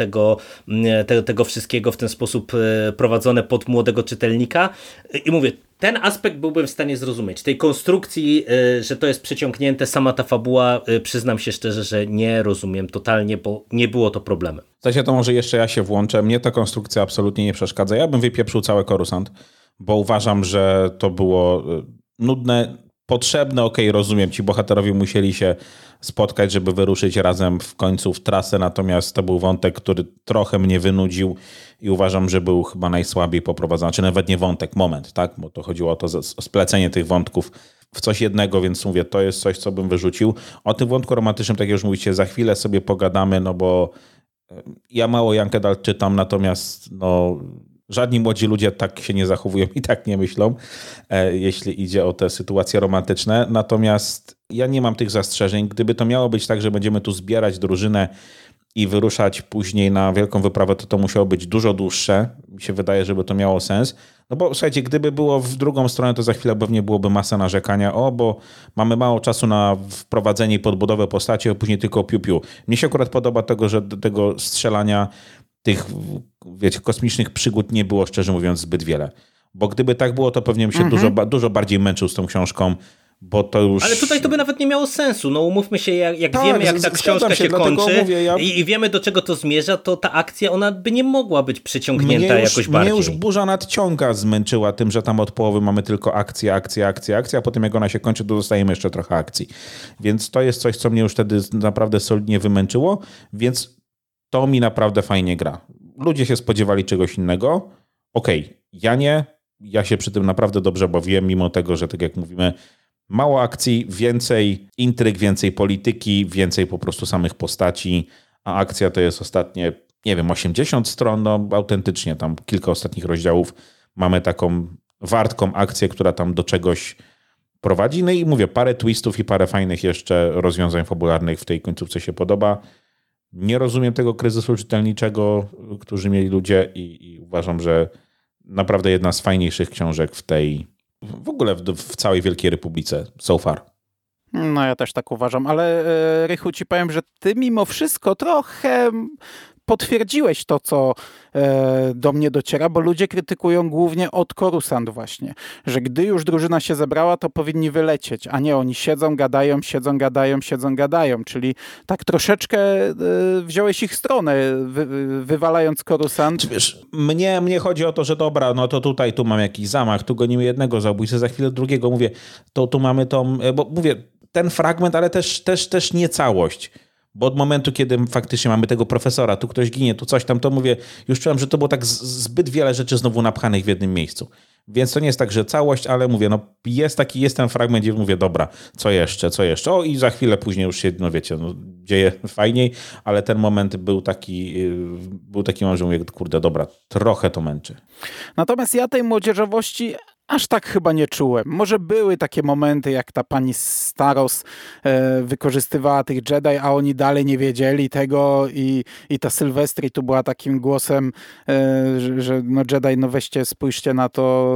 Speaker 2: tego wszystkiego w ten sposób prowadzone pod młodego czytelnika. I mówię, ten aspekt byłbym w stanie zrozumieć. Tej konstrukcji, że to jest przeciągnięte, sama ta fabuła, przyznam się szczerze, że nie rozumiem totalnie, bo nie było to problemem.
Speaker 3: W sensie to może jeszcze ja się włączę. Mnie ta konstrukcja absolutnie nie przeszkadza. Ja bym wypieprzył cały Coruscant, bo uważam, że to było nudne, potrzebne, okej, rozumiem, ci bohaterowie musieli się spotkać, żeby wyruszyć razem w końcu w trasę, natomiast to był wątek, który trochę mnie wynudził i uważam, że był chyba najsłabiej poprowadzony, czy nawet nie wątek, moment, tak, bo to chodziło o to splecenie tych wątków w coś jednego, więc mówię, to jest coś, co bym wyrzucił. O tym wątku romantycznym, tak jak już mówicie, za chwilę sobie pogadamy, no bo ja mało young adult czytam, natomiast no żadni młodzi ludzie tak się nie zachowują i tak nie myślą, jeśli idzie o te sytuacje romantyczne. Natomiast ja nie mam tych zastrzeżeń. Gdyby to miało być tak, że będziemy tu zbierać drużynę i wyruszać później na wielką wyprawę, to musiało być dużo dłuższe. Mi się wydaje, żeby to miało sens. No bo słuchajcie, gdyby było w drugą stronę, to za chwilę pewnie byłoby masa narzekania. Bo mamy mało czasu na wprowadzenie i podbudowę postaci, a później tylko piu-piu. Mnie się akurat podoba że tego strzelania, tych, wiecie, kosmicznych przygód nie było, szczerze mówiąc, zbyt wiele. Bo gdyby tak było, to pewnie bym się dużo bardziej męczył z tą książką, bo to już...
Speaker 2: Ale tutaj to by nawet nie miało sensu. No umówmy się, jak tak, wiemy, jak ta książka się kończy i wiemy, do czego to zmierza, to ta akcja, ona by nie mogła być przyciągnięta jakoś bardziej.
Speaker 3: Mnie już Burza Nadciąga zmęczyła tym, że tam od połowy mamy tylko akcję, a potem jak ona się kończy, to dostajemy jeszcze trochę akcji. Więc to jest coś, co mnie już wtedy naprawdę solidnie wymęczyło, więc to mi naprawdę fajnie gra. Ludzie się spodziewali czegoś innego. Okej, ja nie. Ja się przy tym naprawdę dobrze bawiłem, mimo tego, że tak jak mówimy, mało akcji, więcej intryg, więcej polityki, więcej po prostu samych postaci, a akcja to jest ostatnie, nie wiem, 80 stron, no autentycznie tam kilka ostatnich rozdziałów mamy taką wartką akcję, która tam do czegoś prowadzi. No i mówię, parę twistów i parę fajnych jeszcze rozwiązań fabularnych w tej końcówce się podoba. Nie rozumiem tego kryzysu czytelniczego, którzy mieli ludzie i uważam, że naprawdę jedna z fajniejszych książek w ogóle w całej Wielkiej Republice so far.
Speaker 1: No ja też tak uważam, ale Rychu, ci powiem, że ty mimo wszystko trochę potwierdziłeś to, co do mnie dociera, bo ludzie krytykują głównie od Coruscant właśnie, że gdy już drużyna się zebrała, to powinni wylecieć, a nie oni siedzą, gadają, czyli tak troszeczkę wziąłeś ich stronę, wywalając Coruscant.
Speaker 3: Wiesz, mnie chodzi o to, że dobra, no to tu mam jakiś zamach, tu gonimy jednego zabójcę, za chwilę drugiego, mówię, to tu mamy bo mówię, ten fragment, ale też nie całość. Bo od momentu, kiedy faktycznie mamy tego profesora, tu ktoś ginie, tu coś tam, to mówię, już czułem, że to było tak zbyt wiele rzeczy znowu napchanych w jednym miejscu. Więc to nie jest tak, że całość, ale mówię, no jest ten fragment, gdzie mówię, dobra, co jeszcze? O i za chwilę później już się, no wiecie, no, dzieje fajniej, ale ten moment był taki moment, że mówię, kurde, dobra, trochę to męczy.
Speaker 1: Natomiast ja tej młodzieżowości aż tak chyba nie czułem. Może były takie momenty, jak ta pani Staros wykorzystywała tych Jedi, a oni dalej nie wiedzieli tego i ta Sylwestri tu była takim głosem, że no Jedi, no weźcie, spójrzcie na to,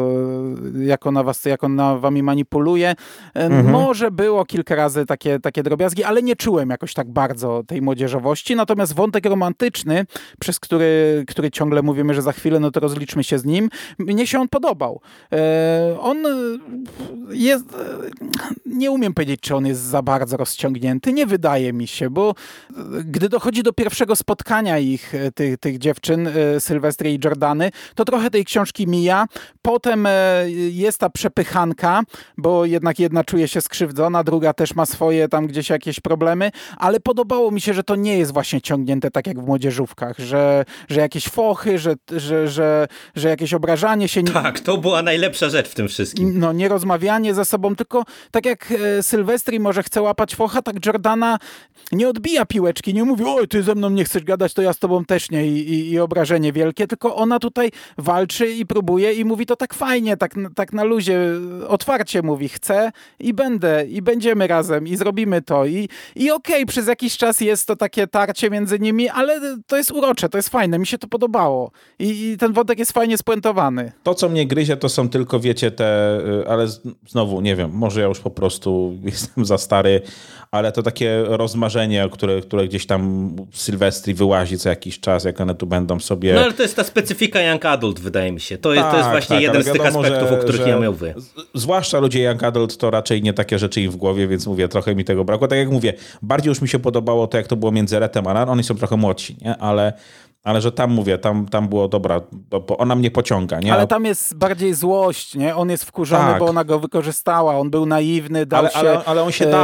Speaker 1: jak ona wami manipuluje. Może było kilka razy takie drobiazgi, ale nie czułem jakoś tak bardzo tej młodzieżowości. Natomiast wątek romantyczny, przez który ciągle mówimy, że za chwilę, no to rozliczmy się z nim, mnie się on podobał. On jest, nie umiem powiedzieć, czy on jest za bardzo rozciągnięty, nie wydaje mi się, bo gdy dochodzi do pierwszego spotkania tych dziewczyn, Sylwestry i Jordany, to trochę tej książki mija. Potem jest ta przepychanka, bo jednak jedna czuje się skrzywdzona, druga też ma swoje tam gdzieś jakieś problemy, ale podobało mi się, że to nie jest właśnie ciągnięte tak jak w młodzieżówkach, że jakieś fochy, że jakieś obrażanie się...
Speaker 2: Tak, to była najlepsza rzecz rzecz w tym wszystkim.
Speaker 1: No, nie rozmawianie ze sobą, tylko tak jak Sylwestri może chce łapać focha, tak Jordana nie odbija piłeczki, nie mówi, oj, ty ze mną nie chcesz gadać, to ja z tobą też nie i obrażenie wielkie, tylko ona tutaj walczy i próbuje i mówi to tak fajnie, tak na luzie, otwarcie mówi, chcę i będę, i będziemy razem i zrobimy to i okej, przez jakiś czas jest to takie tarcie między nimi, ale to jest urocze, to jest fajne, mi się to podobało i ten wątek jest fajnie spuentowany.
Speaker 3: To, co mnie gryzie, to są tylko, wiecie, ale znowu, nie wiem, może ja już po prostu jestem za stary, ale to takie rozmarzenie, które gdzieś tam Sylwestri wyłazi co jakiś czas, jak one tu będą sobie...
Speaker 2: No ale to jest ta specyfika Young Adult, wydaje mi się. To jest właśnie jeden z tych aspektów, o których ja mówię.
Speaker 3: Zwłaszcza ludzie Young Adult to raczej nie takie rzeczy im w głowie, więc mówię, trochę mi tego brakło. Tak jak mówię, bardziej już mi się podobało to, jak to było między Retem a Ran. Oni są trochę młodsi, nie? Ale że tam mówię, tam było dobra, bo ona mnie pociąga, nie?
Speaker 1: Ale tam jest bardziej złość, nie? On jest wkurzony, bo ona go wykorzystała, on był naiwny, ale
Speaker 3: on się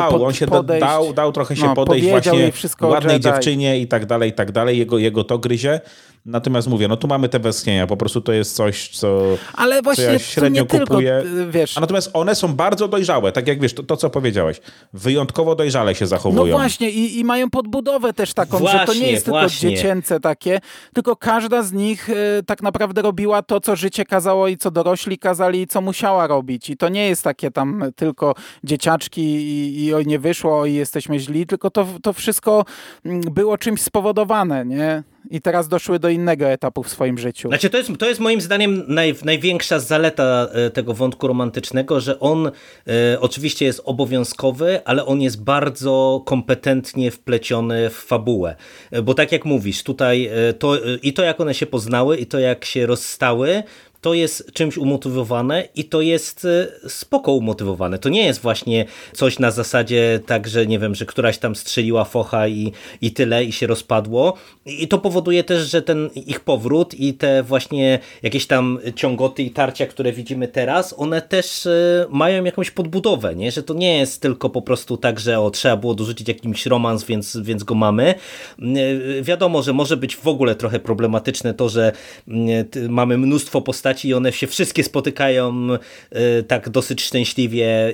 Speaker 3: dał trochę się podejść właśnie ładnej dziewczynie i tak dalej, jego to gryzie. Natomiast mówię, no tu mamy te westchnienia, po prostu to jest coś, co ja średnio kupuję.
Speaker 1: Wiesz.
Speaker 3: A natomiast one są bardzo dojrzałe, tak jak wiesz, to co powiedziałeś, wyjątkowo dojrzale się zachowują.
Speaker 1: No właśnie i mają podbudowę też taką, że to nie jest tylko dziecięce takie, tylko każda z nich tak naprawdę robiła to, co życie kazało i co dorośli kazali i co musiała robić. I to nie jest takie tam tylko dzieciaczki i oj nie wyszło i jesteśmy źli, tylko to wszystko było czymś spowodowane, nie? I teraz doszły do innego etapu w swoim życiu.
Speaker 2: Znaczy to jest moim zdaniem największa zaleta tego wątku romantycznego, że on oczywiście jest obowiązkowy, ale on jest bardzo kompetentnie wpleciony w fabułę. Bo tak jak mówisz, tutaj to jak one się poznały i to jak się rozstały, to jest czymś umotywowane i to jest spoko umotywowane. To nie jest właśnie coś na zasadzie tak, że nie wiem, że któraś tam strzeliła focha i tyle i się rozpadło. I to powoduje też, że ten ich powrót i te właśnie jakieś tam ciągoty i tarcia, które widzimy teraz, one też mają jakąś podbudowę, nie? Że to nie jest tylko po prostu tak, że trzeba było dorzucić jakiś romans, więc go mamy. Wiadomo, że może być w ogóle trochę problematyczne to, że mamy mnóstwo postaci i one się wszystkie spotykają tak dosyć szczęśliwie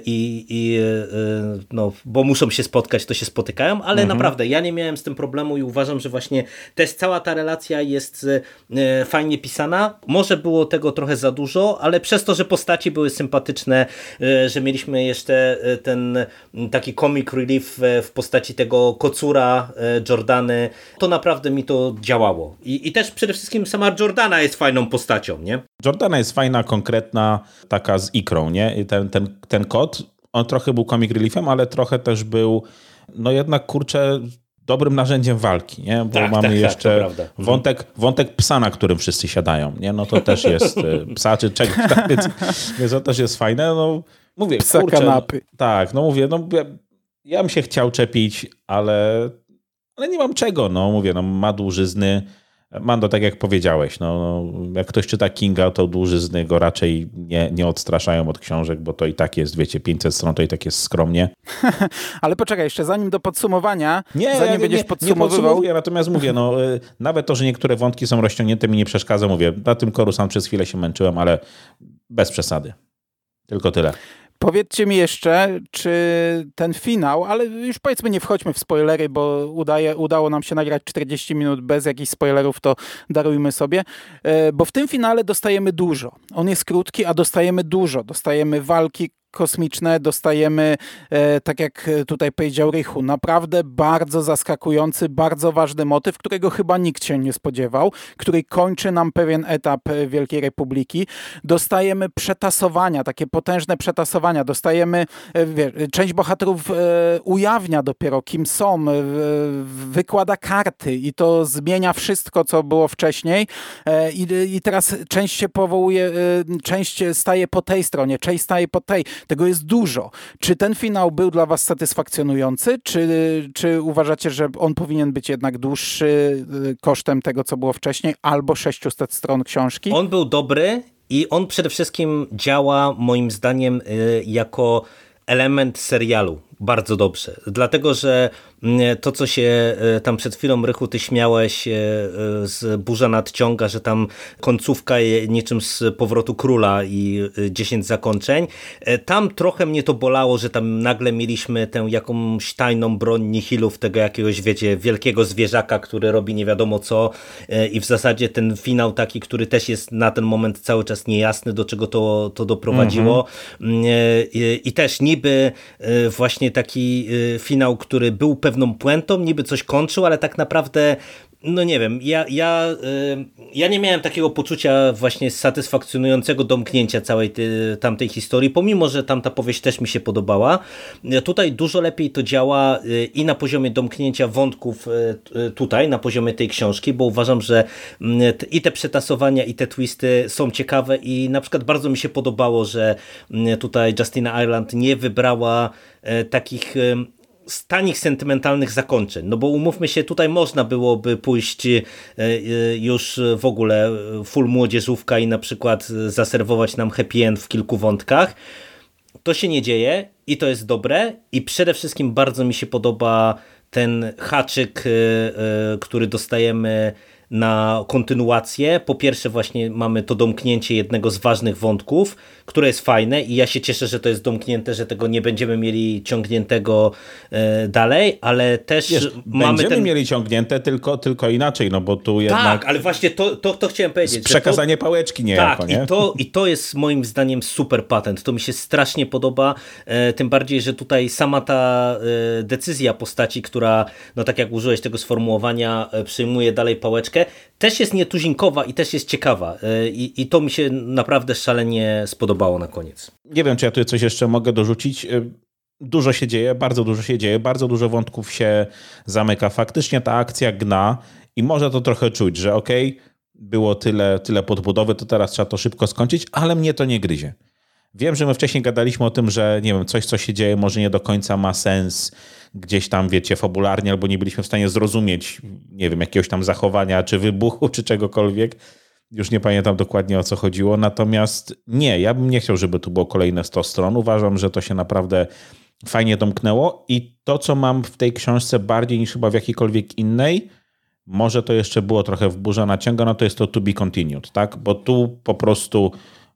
Speaker 2: no, bo muszą się spotkać, to się spotykają, ale naprawdę ja nie miałem z tym problemu i uważam, że właśnie też cała ta relacja jest fajnie pisana. Może było tego trochę za dużo, ale przez to, że postaci były sympatyczne, że mieliśmy jeszcze ten taki comic relief w postaci tego kocura Jordany, to naprawdę mi to działało. I też przede wszystkim sama Jordana jest fajną postacią, nie?
Speaker 3: Jordana jest fajna, konkretna, taka z ikrą, nie? I ten kot, on trochę był comic reliefem, ale trochę też był, no jednak, kurczę, dobrym narzędziem walki, nie? Bo mamy jeszcze wątek psa, na którym wszyscy siadają, nie? No to też jest psa czy czegoś tam, więc to też jest fajne. No, mówię,
Speaker 1: psa
Speaker 3: kurczę,
Speaker 1: kanapy.
Speaker 3: No mówię, ja bym się chciał czepić, ale nie mam czego, no mówię, ma dłużyzny. Mando, tak jak powiedziałeś, jak ktoś czyta Kinga, to dłużyzny go raczej nie odstraszają od książek, bo to i tak jest, wiecie, 500 stron, to i tak jest skromnie.
Speaker 1: Ale poczekaj, jeszcze zanim do podsumowania,
Speaker 3: będziesz podsumowywał. Natomiast mówię, nawet to, że niektóre wątki są rozciągnięte, mi nie przeszkadza, mówię, na tym Coruscant przez chwilę się męczyłem, ale bez przesady. Tylko tyle.
Speaker 1: Powiedzcie mi jeszcze, czy ten finał, ale już powiedzmy nie wchodźmy w spoilery, bo udało nam się nagrać 40 minut bez jakichś spoilerów, to darujmy sobie, bo w tym finale dostajemy dużo. On jest krótki, a dostajemy dużo. Dostajemy walki kosmiczne, dostajemy, tak jak tutaj powiedział Rychu, naprawdę bardzo zaskakujący, bardzo ważny motyw, którego chyba nikt się nie spodziewał, który kończy nam pewien etap Wielkiej Republiki. Dostajemy przetasowania, takie potężne przetasowania. Dostajemy, część bohaterów ujawnia dopiero, kim są, wykłada karty i to zmienia wszystko, co było wcześniej i teraz część się powołuje, część staje po tej stronie, część staje po tej. Tego jest dużo. Czy ten finał był dla was satysfakcjonujący? Czy uważacie, że on powinien być jednak dłuższy kosztem tego, co było wcześniej, albo 600 stron książki?
Speaker 2: On był dobry i on przede wszystkim działa moim zdaniem jako element serialu, bardzo dobrze. Dlatego, że to, co się tam przed chwilą, Rychu, ty śmiałeś z Burza Nadciąga, że tam końcówka niczym z Powrotu Króla i 10 zakończeń. Tam trochę mnie to bolało, że tam nagle mieliśmy tę jakąś tajną broń nihilów, tego jakiegoś, wiecie, wielkiego zwierzaka, który robi nie wiadomo co i w zasadzie ten finał taki, który też jest na ten moment cały czas niejasny, do czego to doprowadziło. I też niby właśnie taki finał, który był pewną puentą, niby coś kończył, ale tak naprawdę no nie wiem, ja nie miałem takiego poczucia właśnie satysfakcjonującego domknięcia całej tamtej historii, pomimo że tamta powieść też mi się podobała. Tutaj dużo lepiej to działa i na poziomie domknięcia wątków tutaj, na poziomie tej książki, bo uważam, że i te przetasowania, i te twisty są ciekawe i na przykład bardzo mi się podobało, że tutaj Justina Ireland nie wybrała takich tanich, sentymentalnych zakończeń. No bo umówmy się, tutaj można byłoby pójść już w ogóle full młodzieżówka i na przykład zaserwować nam happy end w kilku wątkach. To się nie dzieje i to jest dobre i przede wszystkim bardzo mi się podoba ten haczyk, który dostajemy na kontynuację. Po pierwsze właśnie mamy to domknięcie jednego z ważnych wątków, które jest fajne i ja się cieszę, że to jest domknięte, że tego nie będziemy mieli ciągniętego dalej, ale też mamy
Speaker 3: będziemy mieli ciągnięte, tylko inaczej, no bo tu jednak...
Speaker 2: Tak, ale właśnie to chciałem powiedzieć.
Speaker 3: Przekazanie pałeczki niejako,
Speaker 2: tak,
Speaker 3: nie?
Speaker 2: I to jest moim zdaniem super patent. To mi się strasznie podoba, tym bardziej, że tutaj sama ta decyzja postaci, która, no tak jak użyłeś tego sformułowania, przyjmuje dalej pałeczkę, też jest nietuzinkowa i też jest ciekawa. I to mi się naprawdę szalenie spodobało na koniec.
Speaker 3: Nie wiem, czy ja tu coś jeszcze mogę dorzucić. Dużo się dzieje, bardzo dużo wątków się zamyka. Faktycznie ta akcja gna i może to trochę czuć, że było tyle podbudowy, to teraz trzeba to szybko skończyć, ale mnie to nie gryzie. Wiem, że my wcześniej gadaliśmy o tym, że nie wiem, coś, co się dzieje, może nie do końca ma sens gdzieś tam, wiecie, fabularnie, albo nie byliśmy w stanie zrozumieć, nie wiem, jakiegoś tam zachowania, czy wybuchu, czy czegokolwiek. Już nie pamiętam dokładnie, o co chodziło. Natomiast nie, ja bym nie chciał, żeby tu było kolejne 100 stron. Uważam, że to się naprawdę fajnie domknęło i to, co mam w tej książce bardziej niż chyba w jakiejkolwiek innej, może to jeszcze było trochę w Burza Nadciąga, no to jest to to be continued, tak? Bo tu po prostu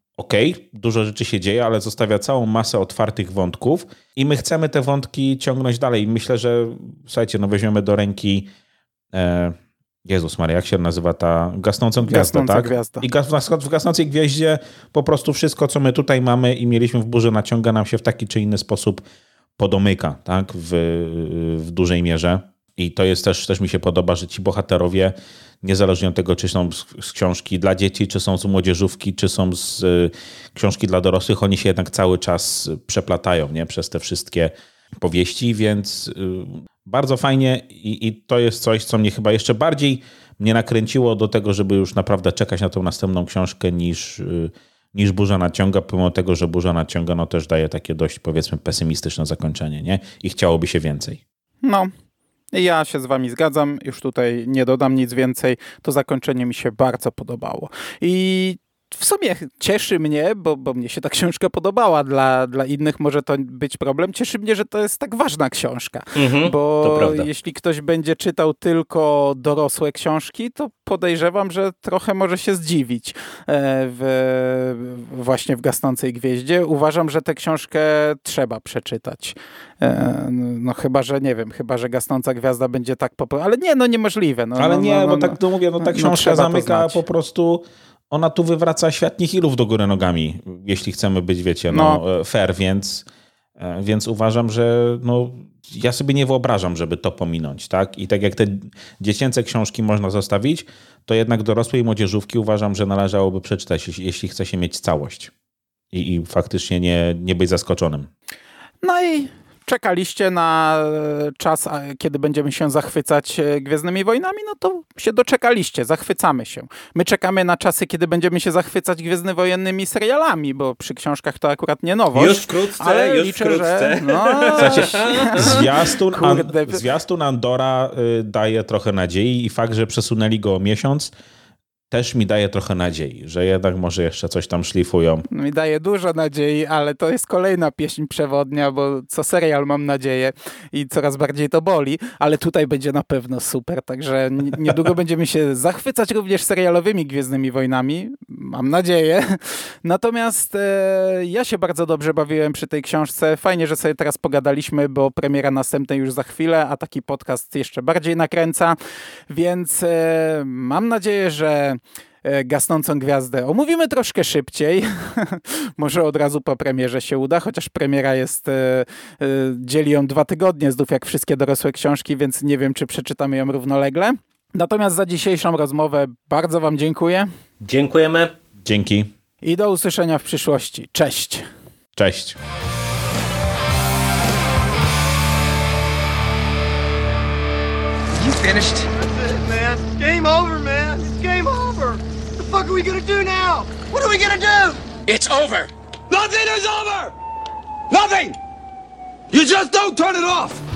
Speaker 3: dużo rzeczy się dzieje, ale zostawia całą masę otwartych wątków i my chcemy te wątki ciągnąć dalej. Myślę, że słuchajcie, no weźmiemy do ręki Jezus Maria, jak się nazywa ta Gasnącą Gwiazdę, tak?
Speaker 1: Gwiazda.
Speaker 3: I w Gasnącej Gwieździe po prostu wszystko, co my tutaj mamy i mieliśmy w Burzy Nadciąga, nam się w taki czy inny sposób podomyka, tak? W dużej mierze. I to jest też mi się podoba, że ci bohaterowie, niezależnie od tego, czy są z książki dla dzieci, czy są z młodzieżówki, czy są z książki dla dorosłych, oni się jednak cały czas przeplatają, nie? Przez te wszystkie powieści, więc bardzo fajnie i to jest coś, co mnie chyba jeszcze bardziej mnie nakręciło do tego, żeby już naprawdę czekać na tą następną książkę niż Burza Nadciąga, pomimo tego, że Burza Nadciąga no też daje takie dość, powiedzmy, pesymistyczne zakończenie, nie? I chciałoby się więcej.
Speaker 1: No, ja się z wami zgadzam, już tutaj nie dodam nic więcej. To zakończenie mi się bardzo podobało. I w sumie cieszy mnie, bo mnie się ta książka podobała. Dla innych może to być problem. Cieszy mnie, że to jest tak ważna książka. Bo jeśli ktoś będzie czytał tylko dorosłe książki, to podejrzewam, że trochę może się zdziwić właśnie w Gasnącej Gwieździe. Uważam, że tę książkę trzeba przeczytać. No chyba, że nie wiem, chyba, że Gasnąca Gwiazda będzie tak ale nie, no niemożliwe.
Speaker 3: Bo tak to mówię, ta książka zamyka po prostu... Ona tu wywraca świat nihilów do góry nogami, jeśli chcemy być, wiecie, fair, więc uważam, że ja sobie nie wyobrażam, żeby to pominąć, tak? I tak jak te dziecięce książki można zostawić, to jednak dorosłej młodzieżówki uważam, że należałoby przeczytać, jeśli chce się mieć całość i faktycznie nie być zaskoczonym.
Speaker 1: No i czekaliście na czas, kiedy będziemy się zachwycać Gwiezdnymi Wojnami, no to się doczekaliście, zachwycamy się. My czekamy na czasy, kiedy będziemy się zachwycać Gwiezdnowojennymi serialami, bo przy książkach to akurat nie nowość.
Speaker 2: Już wkrótce,
Speaker 1: ale liczę, że...
Speaker 3: Zwiastun Andora daje trochę nadziei i fakt, że przesunęli go o miesiąc, też mi daje trochę nadziei, że jednak może jeszcze coś tam szlifują.
Speaker 1: Mi daje dużo nadziei, ale to jest kolejna pieśń przewodnia, bo co serial mam nadzieję i coraz bardziej to boli, ale tutaj będzie na pewno super, także niedługo będziemy się zachwycać również serialowymi Gwiezdnymi Wojnami, mam nadzieję. Natomiast ja się bardzo dobrze bawiłem przy tej książce. Fajnie, że sobie teraz pogadaliśmy, bo premiera następnej już za chwilę, a taki podcast jeszcze bardziej nakręca, więc mam nadzieję, że Gasnącą Gwiazdę omówimy troszkę szybciej. Może od razu po premierze się uda, chociaż premiera jest, dzieli ją 2 tygodnie znów jak wszystkie dorosłe książki, więc nie wiem, czy przeczytamy ją równolegle. Natomiast za dzisiejszą rozmowę bardzo wam dziękuję.
Speaker 2: Dziękujemy.
Speaker 3: Dzięki.
Speaker 1: I do usłyszenia w przyszłości. Cześć.
Speaker 3: Cześć.
Speaker 4: You finished? That's it, man. Game over, man. It's game over. What the fuck are we gonna do now? What are we gonna do?
Speaker 5: It's over. Nothing is over. Nothing. You just don't turn it off.